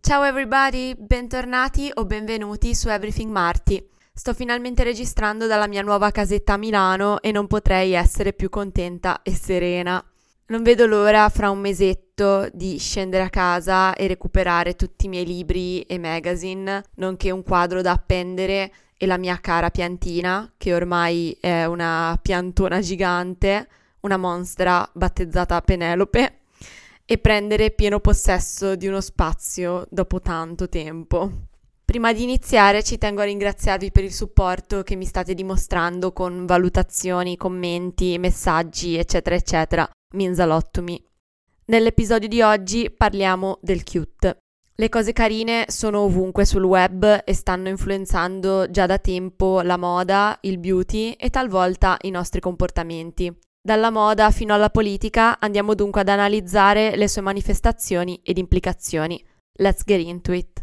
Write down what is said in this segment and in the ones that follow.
Ciao everybody, bentornati o benvenuti su Everything Marty. Sto finalmente registrando dalla mia nuova casetta a Milano e non potrei essere più contenta e serena. Non vedo l'ora fra un mesetto di scendere a casa e recuperare tutti i miei libri e magazine, nonché un quadro da appendere e la mia cara piantina, che ormai è una piantona gigante, una monstra battezzata Penelope, e prendere pieno possesso di uno spazio dopo tanto tempo. Prima di iniziare ci tengo a ringraziarvi per il supporto che mi state dimostrando con valutazioni, commenti, messaggi, eccetera, eccetera. Means a lot to me. Nell'episodio di oggi parliamo del cute. Le cose carine sono ovunque sul web e stanno influenzando già da tempo la moda, il beauty e talvolta i nostri comportamenti. Dalla moda fino alla politica andiamo dunque ad analizzare le sue manifestazioni ed implicazioni. Let's get into it.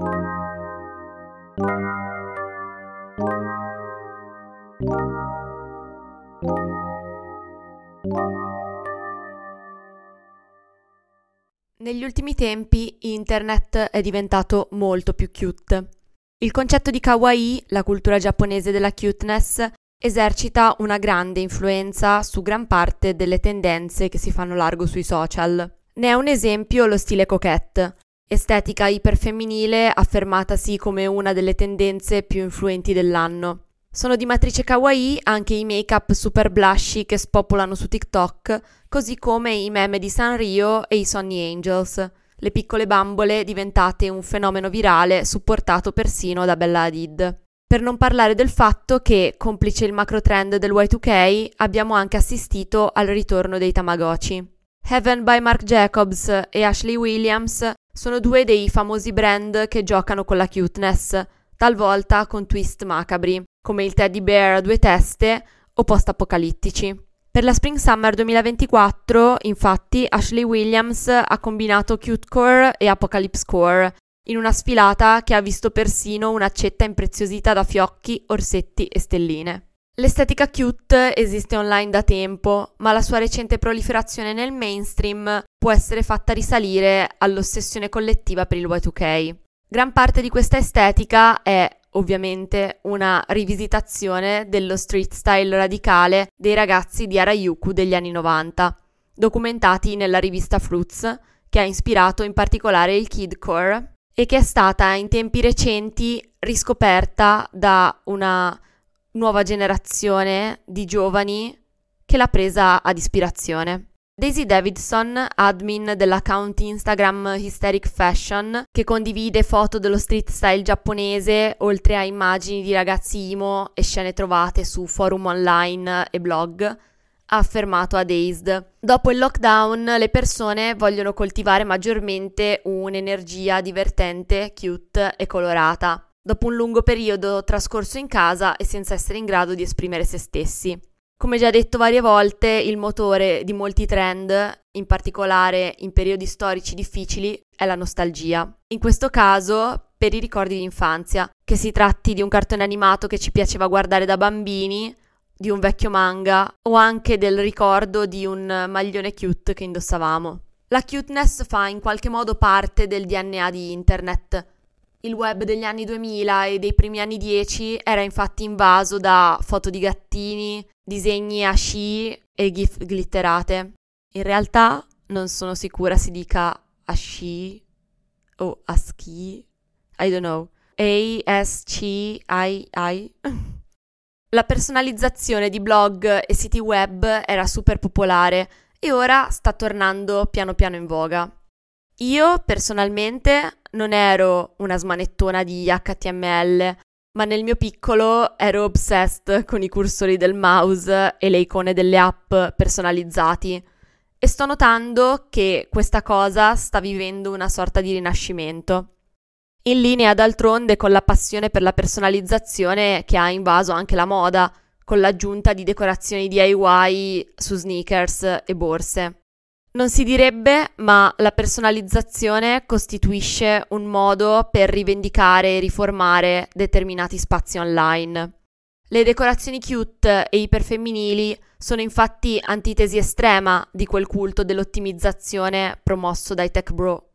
Negli ultimi tempi internet è diventato molto più cute. Il concetto di kawaii, la cultura giapponese della cuteness, esercita una grande influenza su gran parte delle tendenze che si fanno largo sui social. Ne è un esempio lo stile coquette, estetica iperfemminile affermatasi come una delle tendenze più influenti dell'anno. Sono di matrice kawaii anche i make-up super blushy che spopolano su TikTok, così come i meme di Sanrio e i Sonny Angels, le piccole bambole diventate un fenomeno virale supportato persino da Bella Hadid. Per non parlare del fatto che, complice il macro trend del Y2K, abbiamo anche assistito al ritorno dei Tamagotchi. Heaven by Marc Jacobs e Ashley Williams sono due dei famosi brand che giocano con la cuteness, talvolta con twist macabri, come il teddy bear a due teste o post-apocalittici. Per la Spring Summer 2024, infatti, Ashley Williams ha combinato cutecore e apocalypse core, in una sfilata che ha visto persino un'accetta impreziosita da fiocchi, orsetti e stelline. L'estetica cute esiste online da tempo, ma la sua recente proliferazione nel mainstream può essere fatta risalire all'ossessione collettiva per il Y2K. Gran parte di questa estetica è, ovviamente, una rivisitazione dello street style radicale dei ragazzi di Harajuku degli anni 90, documentati nella rivista Fruits, che ha ispirato in particolare il kidcore, e che è stata in tempi recenti riscoperta da una nuova generazione di giovani che l'ha presa ad ispirazione. Daisy Davidson, admin dell'account Instagram Hysteric Fashion, che condivide foto dello street style giapponese oltre a immagini di ragazzi emo e scene trovate su forum online e blog, ha affermato a Dazed: dopo il lockdown le persone vogliono coltivare maggiormente un'energia divertente, cute e colorata, dopo un lungo periodo trascorso in casa e senza essere in grado di esprimere se stessi. Come già detto varie volte, il motore di molti trend, in particolare in periodi storici difficili, è la nostalgia. In questo caso, per i ricordi di infanzia, che si tratti di un cartone animato che ci piaceva guardare da bambini, di un vecchio manga o anche del ricordo di un maglione cute che indossavamo. La cuteness fa in qualche modo parte del DNA di internet. Il web degli anni 2000 e dei primi anni 10 era infatti invaso da foto di gattini, disegni a sci e gif glitterate. In realtà non sono sicura si dica a sci o a ski, I don't know, A-S-C-I-I. La personalizzazione di blog e siti web era super popolare e ora sta tornando piano piano in voga. Io personalmente non ero una smanettona di HTML, ma nel mio piccolo ero obsessed con i cursori del mouse e le icone delle app personalizzati e sto notando che questa cosa sta vivendo una sorta di rinascimento. In linea d'altronde con la passione per la personalizzazione che ha invaso anche la moda, con l'aggiunta di decorazioni DIY su sneakers e borse. Non si direbbe, ma la personalizzazione costituisce un modo per rivendicare e riformare determinati spazi online. Le decorazioni cute e iperfemminili sono infatti antitesi estrema di quel culto dell'ottimizzazione promosso dai tech bro.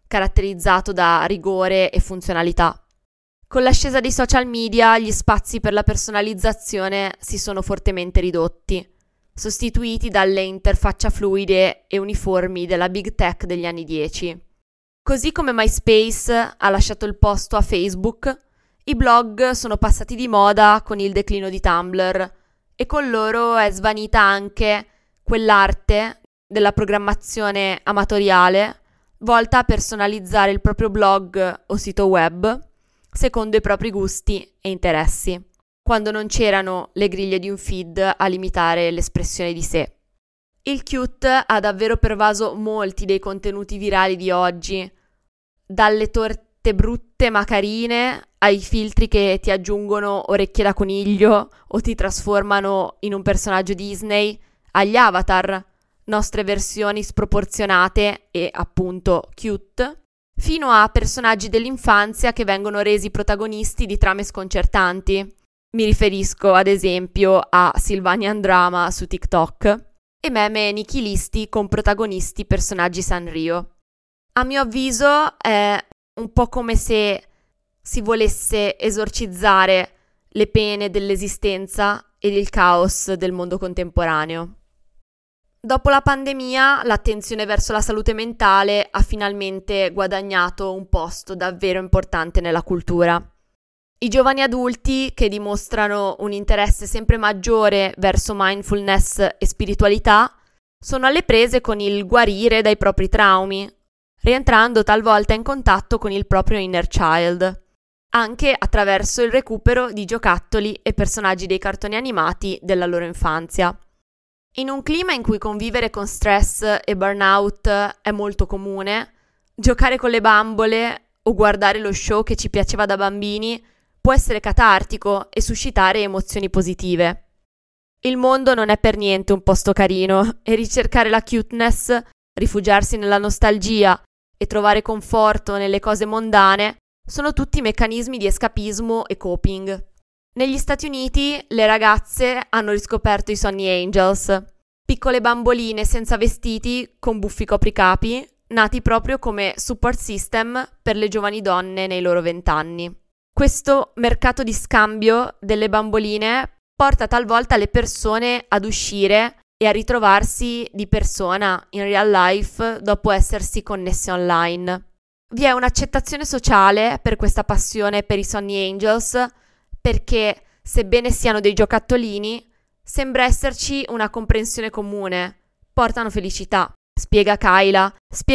caratterizzato da rigore e funzionalità. Con l'ascesa dei social media, gli spazi per la personalizzazione si sono fortemente ridotti, sostituiti dalle interfacce fluide e uniformi della big tech degli anni 10. Così come MySpace ha lasciato il posto a Facebook, i blog sono passati di moda con il declino di Tumblr e con loro è svanita anche quell'arte della programmazione amatoriale volta a personalizzare il proprio blog o sito web secondo i propri gusti e interessi, quando non c'erano le griglie di un feed a limitare l'espressione di sé. Il cute ha davvero pervaso molti dei contenuti virali di oggi, dalle torte brutte ma carine ai filtri che ti aggiungono orecchie da coniglio o ti trasformano in un personaggio Disney, agli avatar, nostre versioni sproporzionate e appunto cute, fino a personaggi dell'infanzia che vengono resi protagonisti di trame sconcertanti. Mi riferisco ad esempio a Sylvanian Drama su TikTok e meme nichilisti con protagonisti personaggi Sanrio. A mio avviso è un po' come se si volesse esorcizzare le pene dell'esistenza ed il caos del mondo contemporaneo. Dopo la pandemia, l'attenzione verso la salute mentale ha finalmente guadagnato un posto davvero importante nella cultura. I giovani adulti, che dimostrano un interesse sempre maggiore verso mindfulness e spiritualità, sono alle prese con il guarire dai propri traumi, rientrando talvolta in contatto con il proprio inner child, anche attraverso il recupero di giocattoli e personaggi dei cartoni animati della loro infanzia. In un clima in cui convivere con stress e burnout è molto comune, giocare con le bambole o guardare lo show che ci piaceva da bambini può essere catartico e suscitare emozioni positive. Il mondo non è per niente un posto carino e ricercare la cuteness, rifugiarsi nella nostalgia e trovare conforto nelle cose mondane sono tutti meccanismi di escapismo e coping. Negli Stati Uniti le ragazze hanno riscoperto i Sonny Angels, piccole bamboline senza vestiti con buffi copricapi, nati proprio come support system per le giovani donne nei loro 20 anni. Questo mercato di scambio delle bamboline porta talvolta le persone ad uscire e a ritrovarsi di persona in real life dopo essersi connesse online. Vi è un'accettazione sociale per questa passione per i Sonny Angels, perché, sebbene siano dei giocattolini, sembra esserci una comprensione comune. Portano felicità, spiega Kyla,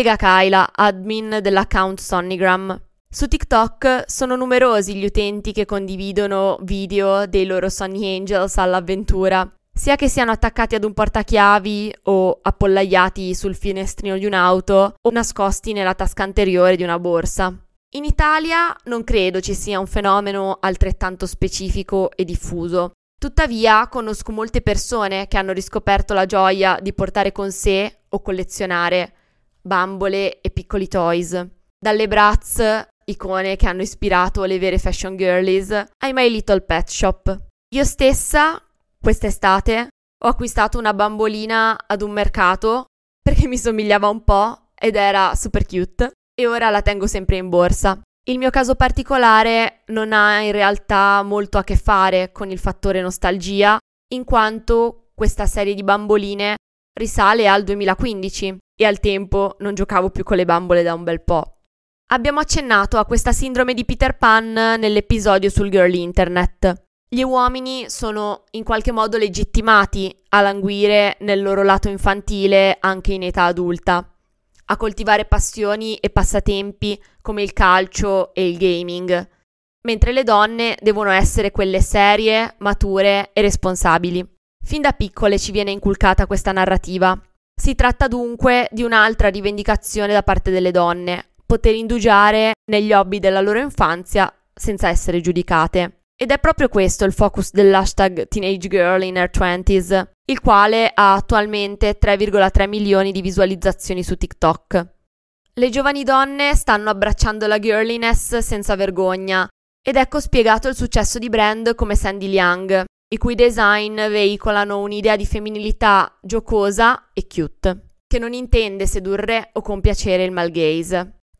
admin dell'account Sonnygram. Su TikTok sono numerosi gli utenti che condividono video dei loro Sonny Angels all'avventura, sia che siano attaccati ad un portachiavi o appollaiati sul finestrino di un'auto o nascosti nella tasca anteriore di una borsa. In Italia non credo ci sia un fenomeno altrettanto specifico e diffuso. Tuttavia conosco molte persone che hanno riscoperto la gioia di portare con sé o collezionare bambole e piccoli toys. Dalle Bratz, icone che hanno ispirato le vere fashion girlies, ai My Little Pet Shop. Io stessa, quest'estate, ho acquistato una bambolina ad un mercato perché mi somigliava un po' ed era super cute. E ora la tengo sempre in borsa. Il mio caso particolare non ha in realtà molto a che fare con il fattore nostalgia, in quanto questa serie di bamboline risale al 2015 e al tempo non giocavo più con le bambole da un bel po'. Abbiamo accennato a questa sindrome di Peter Pan nell'episodio sul girl internet. Gli uomini sono in qualche modo legittimati a languire nel loro lato infantile anche in età adulta, a coltivare passioni e passatempi come il calcio e il gaming, mentre le donne devono essere quelle serie, mature e responsabili. Fin da piccole ci viene inculcata questa narrativa. Si tratta dunque di un'altra rivendicazione da parte delle donne, poter indugiare negli hobby della loro infanzia senza essere giudicate. Ed è proprio questo il focus dell'hashtag Teenage Girl in Her 20s, il quale ha attualmente 3,3 milioni di visualizzazioni su TikTok. Le giovani donne stanno abbracciando la girliness senza vergogna, ed ecco spiegato il successo di brand come Sandy Liang, i cui design veicolano un'idea di femminilità giocosa e cute, che non intende sedurre o compiacere il male gaze.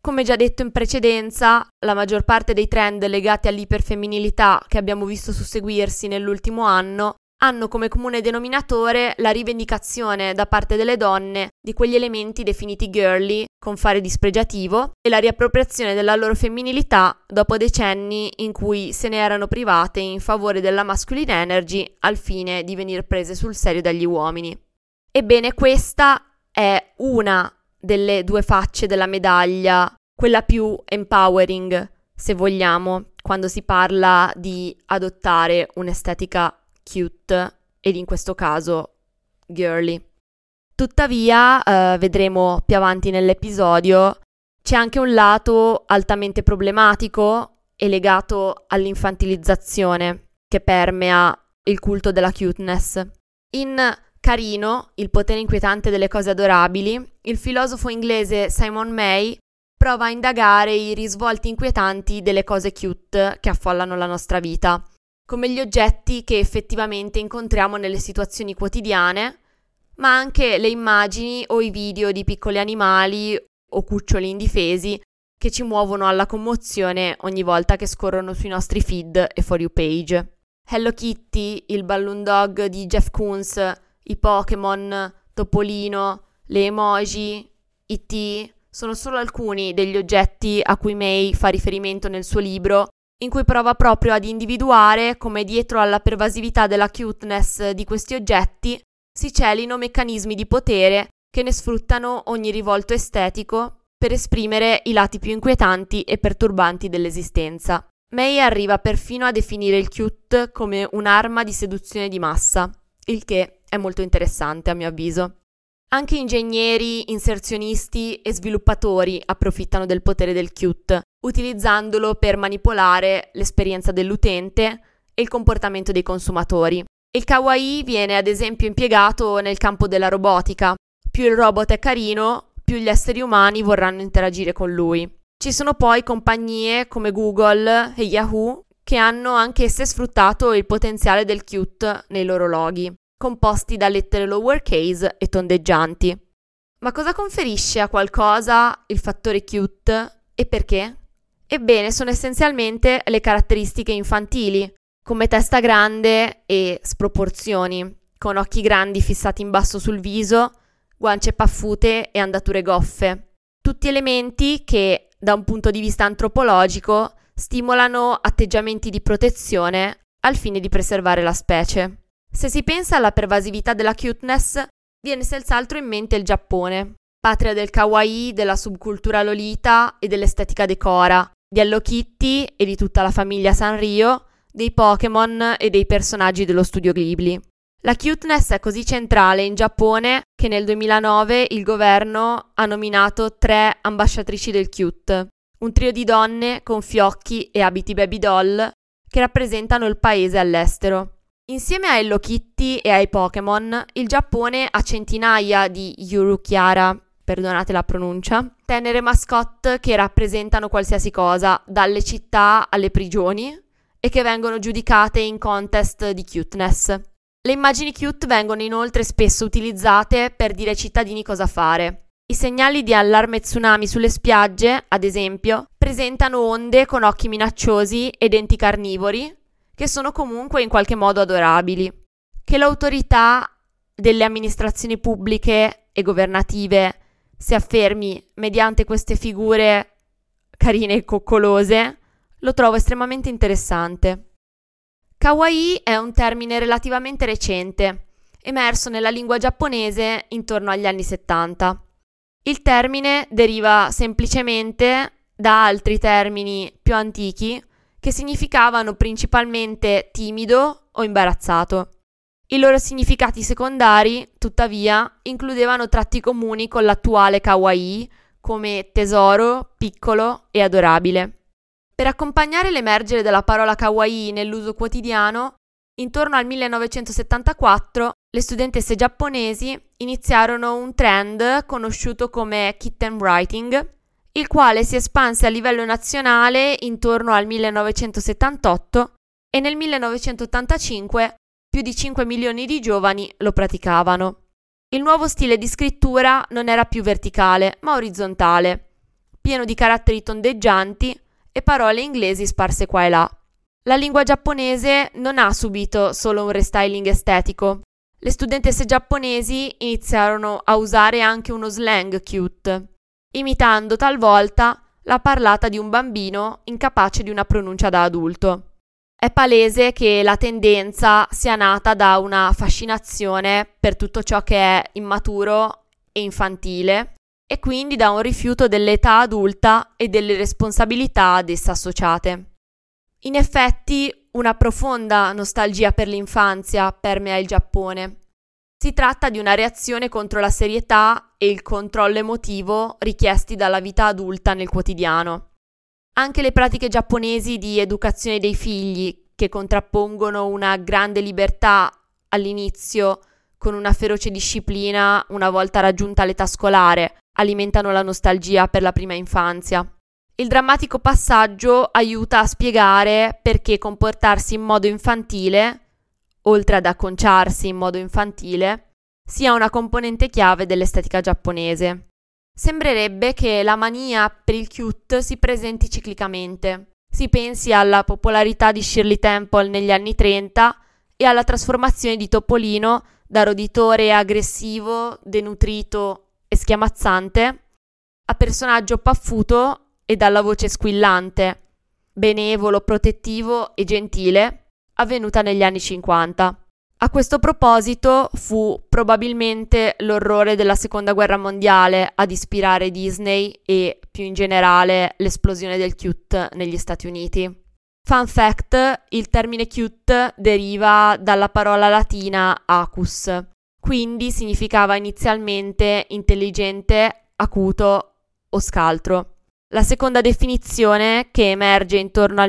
Come già detto in precedenza, la maggior parte dei trend legati all'iperfemminilità che abbiamo visto susseguirsi nell'ultimo anno hanno come comune denominatore la rivendicazione da parte delle donne di quegli elementi definiti girly con fare dispregiativo e la riappropriazione della loro femminilità dopo decenni in cui se ne erano private in favore della masculine energy al fine di venire prese sul serio dagli uomini. Ebbene, questa è una delle due facce della medaglia, quella più empowering, se vogliamo, quando si parla di adottare un'estetica cute ed in questo caso girly. Tuttavia, vedremo più avanti nell'episodio, c'è anche un lato altamente problematico e legato all'infantilizzazione che permea il culto della cuteness. In Carino, il potere inquietante delle cose adorabili, il filosofo inglese Simon May prova a indagare i risvolti inquietanti delle cose cute che affollano la nostra vita, come gli oggetti che effettivamente incontriamo nelle situazioni quotidiane, ma anche le immagini o i video di piccoli animali o cuccioli indifesi che ci muovono alla commozione ogni volta che scorrono sui nostri feed e For You page. Hello Kitty, il Balloon Dog di Jeff Koons, i Pokémon, Topolino, le emoji, E.T. sono solo alcuni degli oggetti a cui May fa riferimento nel suo libro, in cui prova proprio ad individuare come dietro alla pervasività della cuteness di questi oggetti si celino meccanismi di potere che ne sfruttano ogni rivolto estetico per esprimere i lati più inquietanti e perturbanti dell'esistenza. May arriva perfino a definire il cute come un'arma di seduzione di massa, il che è molto interessante a mio avviso. Anche ingegneri, inserzionisti e sviluppatori approfittano del potere del cute, utilizzandolo per manipolare l'esperienza dell'utente e il comportamento dei consumatori. Il kawaii viene ad esempio impiegato nel campo della robotica. Più il robot è carino, più gli esseri umani vorranno interagire con lui. Ci sono poi compagnie come Google e Yahoo che hanno anch'esse sfruttato il potenziale del cute nei loro loghi, composti da lettere lowercase e tondeggianti. Ma cosa conferisce a qualcosa il fattore cute e perché? Ebbene, sono essenzialmente le caratteristiche infantili, come testa grande e sproporzioni, con occhi grandi fissati in basso sul viso, guance paffute e andature goffe. Tutti elementi che, da un punto di vista antropologico, stimolano atteggiamenti di protezione al fine di preservare la specie. Se si pensa alla pervasività della cuteness, viene senz'altro in mente il Giappone, patria del kawaii, della subcultura lolita e dell'estetica decora, di Hello Kitty e di tutta la famiglia Sanrio, dei Pokémon e dei personaggi dello studio Ghibli. La cuteness è così centrale in Giappone che nel 2009 il governo ha nominato 3 ambasciatrici del cute, un trio di donne con fiocchi e abiti baby doll che rappresentano il paese all'estero. Insieme a Hello Kitty e ai Pokémon, il Giappone ha centinaia di Yurukyara, perdonate la pronuncia, tenere mascotte che rappresentano qualsiasi cosa, dalle città alle prigioni, e che vengono giudicate in contest di cuteness. Le immagini cute vengono inoltre spesso utilizzate per dire ai cittadini cosa fare. I segnali di allarme tsunami sulle spiagge, ad esempio, presentano onde con occhi minacciosi e denti carnivori, che sono comunque in qualche modo adorabili. Che l'autorità delle amministrazioni pubbliche e governative si affermi mediante queste figure carine e coccolose, lo trovo estremamente interessante. Kawaii è un termine relativamente recente, emerso nella lingua giapponese intorno agli anni 70. Il termine deriva semplicemente da altri termini più antichi che significavano principalmente timido o imbarazzato. I loro significati secondari, tuttavia, includevano tratti comuni con l'attuale kawaii, come tesoro, piccolo e adorabile. Per accompagnare l'emergere della parola kawaii nell'uso quotidiano, intorno al 1974 le studentesse giapponesi iniziarono un trend conosciuto come kitten writing, il quale si espanse a livello nazionale intorno al 1978 e nel 1985 più di 5 milioni di giovani lo praticavano. Il nuovo stile di scrittura non era più verticale, ma orizzontale. pieno di caratteri tondeggianti e parole inglesi sparse qua e là. La lingua giapponese non ha subito solo un restyling estetico. Le studentesse giapponesi iniziarono a usare anche uno slang cute, imitando talvolta la parlata di un bambino incapace di una pronuncia da adulto. È palese che la tendenza sia nata da una fascinazione per tutto ciò che è immaturo e infantile, e quindi da un rifiuto dell'età adulta e delle responsabilità ad essa associate. In effetti, una profonda nostalgia per l'infanzia permea il Giappone. Si tratta di una reazione contro la serietà e il controllo emotivo richiesti dalla vita adulta nel quotidiano. Anche le pratiche giapponesi di educazione dei figli, che contrappongono una grande libertà all'inizio con una feroce disciplina una volta raggiunta l'età scolare, alimentano la nostalgia per la prima infanzia. Il drammatico passaggio aiuta a spiegare perché comportarsi in modo infantile, oltre ad acconciarsi in modo infantile, sia una componente chiave dell'estetica giapponese. Sembrerebbe che la mania per il cute si presenti ciclicamente. Si pensi alla popolarità di Shirley Temple negli anni 30 e alla trasformazione di Topolino da roditore aggressivo, denutrito e schiamazzante a personaggio paffuto e dalla voce squillante, benevolo, protettivo e gentile, avvenuta negli anni 50. A questo proposito fu probabilmente l'orrore della Seconda Guerra Mondiale ad ispirare Disney e, più in generale, l'esplosione del cute negli Stati Uniti. Fun fact: il termine cute deriva dalla parola latina acus, quindi significava inizialmente intelligente, acuto o scaltro. La seconda definizione, che emerge intorno al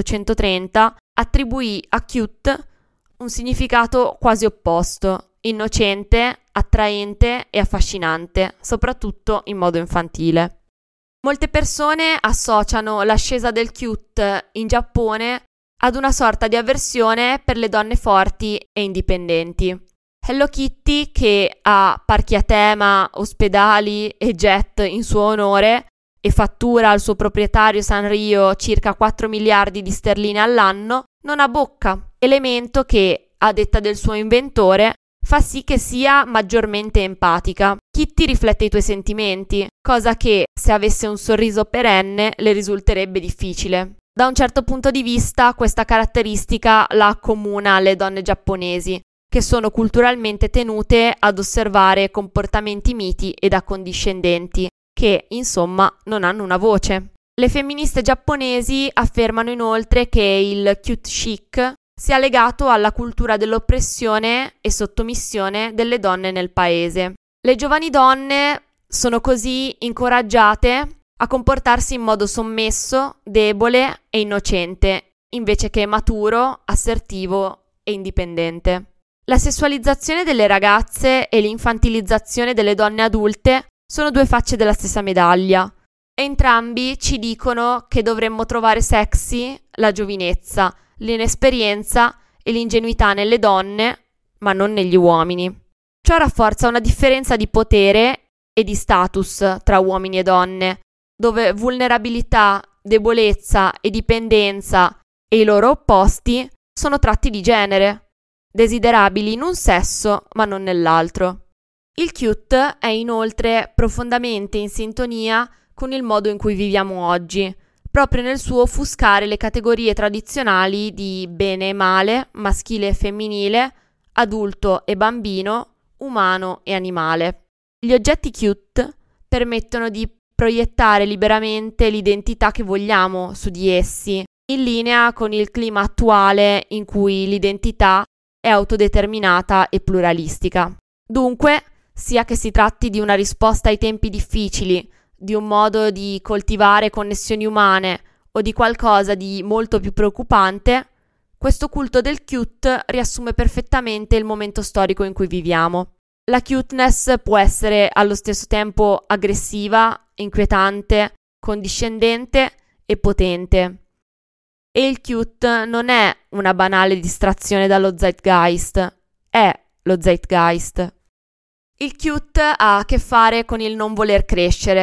1830, attribuì a cute un significato quasi opposto, innocente, attraente e affascinante, soprattutto in modo infantile. Molte persone associano l'ascesa del cute in Giappone ad una sorta di avversione per le donne forti e indipendenti. Hello Kitty, che ha parchi a tema, ospedali e jet in suo onore e fattura al suo proprietario Sanrio circa 4 miliardi di sterline all'anno, non ha bocca, elemento che, a detta del suo inventore, fa sì che sia maggiormente empatica. Kitty riflette i tuoi sentimenti, cosa che, se avesse un sorriso perenne, le risulterebbe difficile. Da un certo punto di vista, questa caratteristica la accomuna alle donne giapponesi, che sono culturalmente tenute ad osservare comportamenti miti ed accondiscendenti, che, insomma, non hanno una voce. Le femministe giapponesi affermano inoltre che il cute chic sia legato alla cultura dell'oppressione e sottomissione delle donne nel paese. Le giovani donne sono così incoraggiate a comportarsi in modo sommesso, debole e innocente, invece che maturo, assertivo e indipendente. La sessualizzazione delle ragazze e l'infantilizzazione delle donne adulte sono due facce della stessa medaglia. Entrambi ci dicono che dovremmo trovare sexy la giovinezza, l'inesperienza e l'ingenuità nelle donne, ma non negli uomini. Ciò rafforza una differenza di potere e di status tra uomini e donne, dove vulnerabilità, debolezza e dipendenza e i loro opposti sono tratti di genere, desiderabili in un sesso ma non nell'altro. Il cute è inoltre profondamente in sintonia con il modo in cui viviamo oggi, proprio nel suo offuscare le categorie tradizionali di bene e male, maschile e femminile, adulto e bambino, umano e animale. Gli oggetti cute permettono di proiettare liberamente l'identità che vogliamo su di essi, in linea con il clima attuale in cui l'identità è autodeterminata e pluralistica. Dunque, sia che si tratti di una risposta ai tempi difficili, di un modo di coltivare connessioni umane o di qualcosa di molto più preoccupante, questo culto del cute riassume perfettamente il momento storico in cui viviamo. La cuteness può essere allo stesso tempo aggressiva, inquietante, condiscendente e potente. E il cute non è una banale distrazione dallo zeitgeist, è lo zeitgeist. Il cute ha a che fare con il non voler crescere,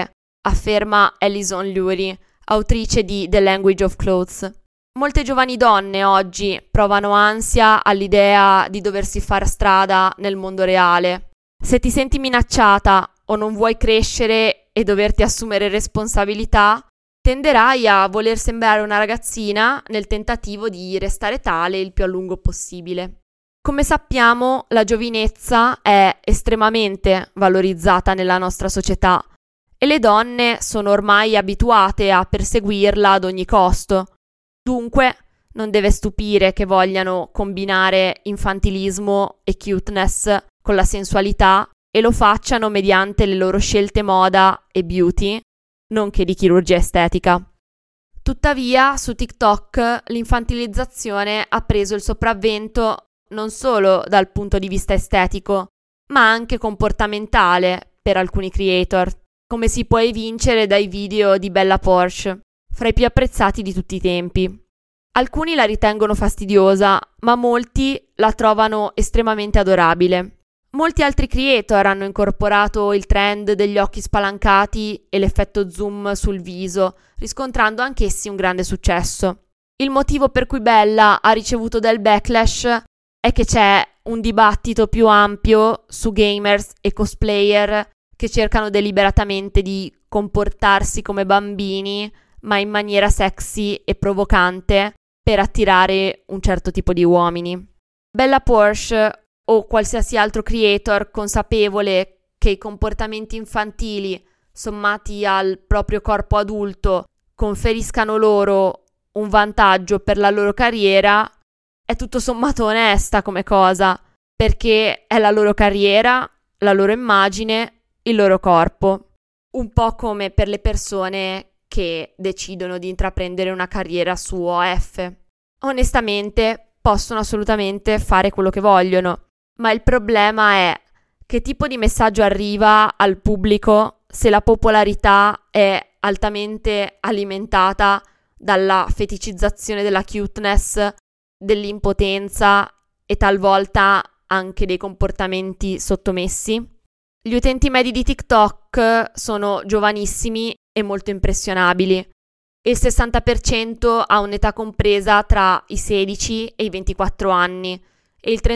afferma Alison Lurie, autrice di The Language of Clothes. Molte giovani donne oggi provano ansia all'idea di doversi far strada nel mondo reale. Se ti senti minacciata o non vuoi crescere e doverti assumere responsabilità, tenderai a voler sembrare una ragazzina nel tentativo di restare tale il più a lungo possibile. Come sappiamo, la giovinezza è estremamente valorizzata nella nostra società e le donne sono ormai abituate a perseguirla ad ogni costo. Dunque, non deve stupire che vogliano combinare infantilismo e cuteness con la sensualità e lo facciano mediante le loro scelte moda e beauty, nonché di chirurgia estetica. Tuttavia, su TikTok l'infantilizzazione ha preso il sopravvento non solo dal punto di vista estetico, ma anche comportamentale per alcuni creator, come si può evincere dai video di Bella Porsche, fra i più apprezzati di tutti i tempi. Alcuni la ritengono fastidiosa, ma molti la trovano estremamente adorabile. Molti altri creator hanno incorporato il trend degli occhi spalancati e l'effetto zoom sul viso, riscontrando anch'essi un grande successo. Il motivo per cui Bella ha ricevuto del backlash è che c'è un dibattito più ampio su gamers e cosplayer che cercano deliberatamente di comportarsi come bambini, ma in maniera sexy e provocante per attirare un certo tipo di uomini. Bella Porsche o qualsiasi altro creator consapevole che i comportamenti infantili sommati al proprio corpo adulto conferiscano loro un vantaggio per la loro carriera è tutto sommato onesta come cosa, perché è la loro carriera, la loro immagine, il loro corpo. Un po' come per le persone che decidono di intraprendere una carriera su OF. Onestamente, possono assolutamente fare quello che vogliono, ma il problema è che tipo di messaggio arriva al pubblico se la popolarità è altamente alimentata dalla feticizzazione della cuteness, dell'impotenza e talvolta anche dei comportamenti sottomessi. Gli utenti medi di TikTok sono giovanissimi e molto impressionabili. Il 60% ha un'età compresa tra i 16 e i 24 anni e il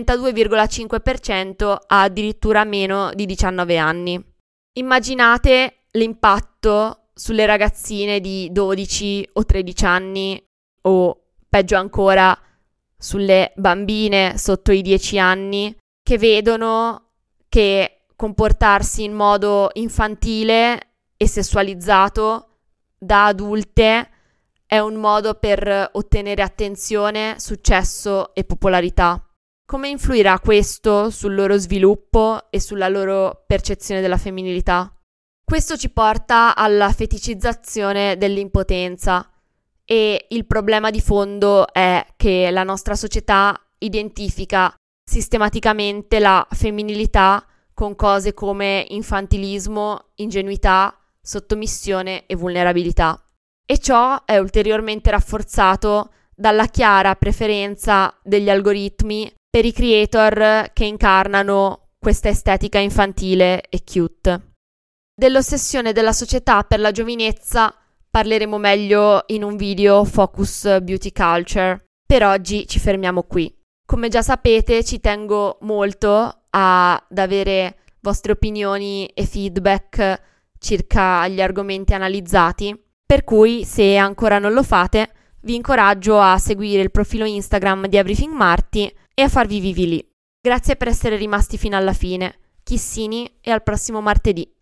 32,5% ha addirittura meno di 19 anni. Immaginate l'impatto sulle ragazzine di 12 o 13 anni o peggio ancora sulle bambine sotto i 10 anni che vedono che comportarsi in modo infantile e sessualizzato da adulte è un modo per ottenere attenzione, successo e popolarità. Come influirà questo sul loro sviluppo e sulla loro percezione della femminilità? Questo ci porta alla feticizzazione dell'impotenza e il problema di fondo è che la nostra società identifica sistematicamente la femminilità con cose come infantilismo, ingenuità, sottomissione e vulnerabilità. E ciò è ulteriormente rafforzato dalla chiara preferenza degli algoritmi per i creator che incarnano questa estetica infantile e cute. Dell'ossessione della società per la giovinezza parleremo meglio in un video Focus Beauty Culture. Per oggi ci fermiamo qui. Come già sapete, ci tengo molto ad avere vostre opinioni e feedback circa gli argomenti analizzati, per cui se ancora non lo fate vi incoraggio a seguire il profilo Instagram di Everything Marty e a farvi vivi lì. Grazie per essere rimasti fino alla fine. Chissini e al prossimo martedì.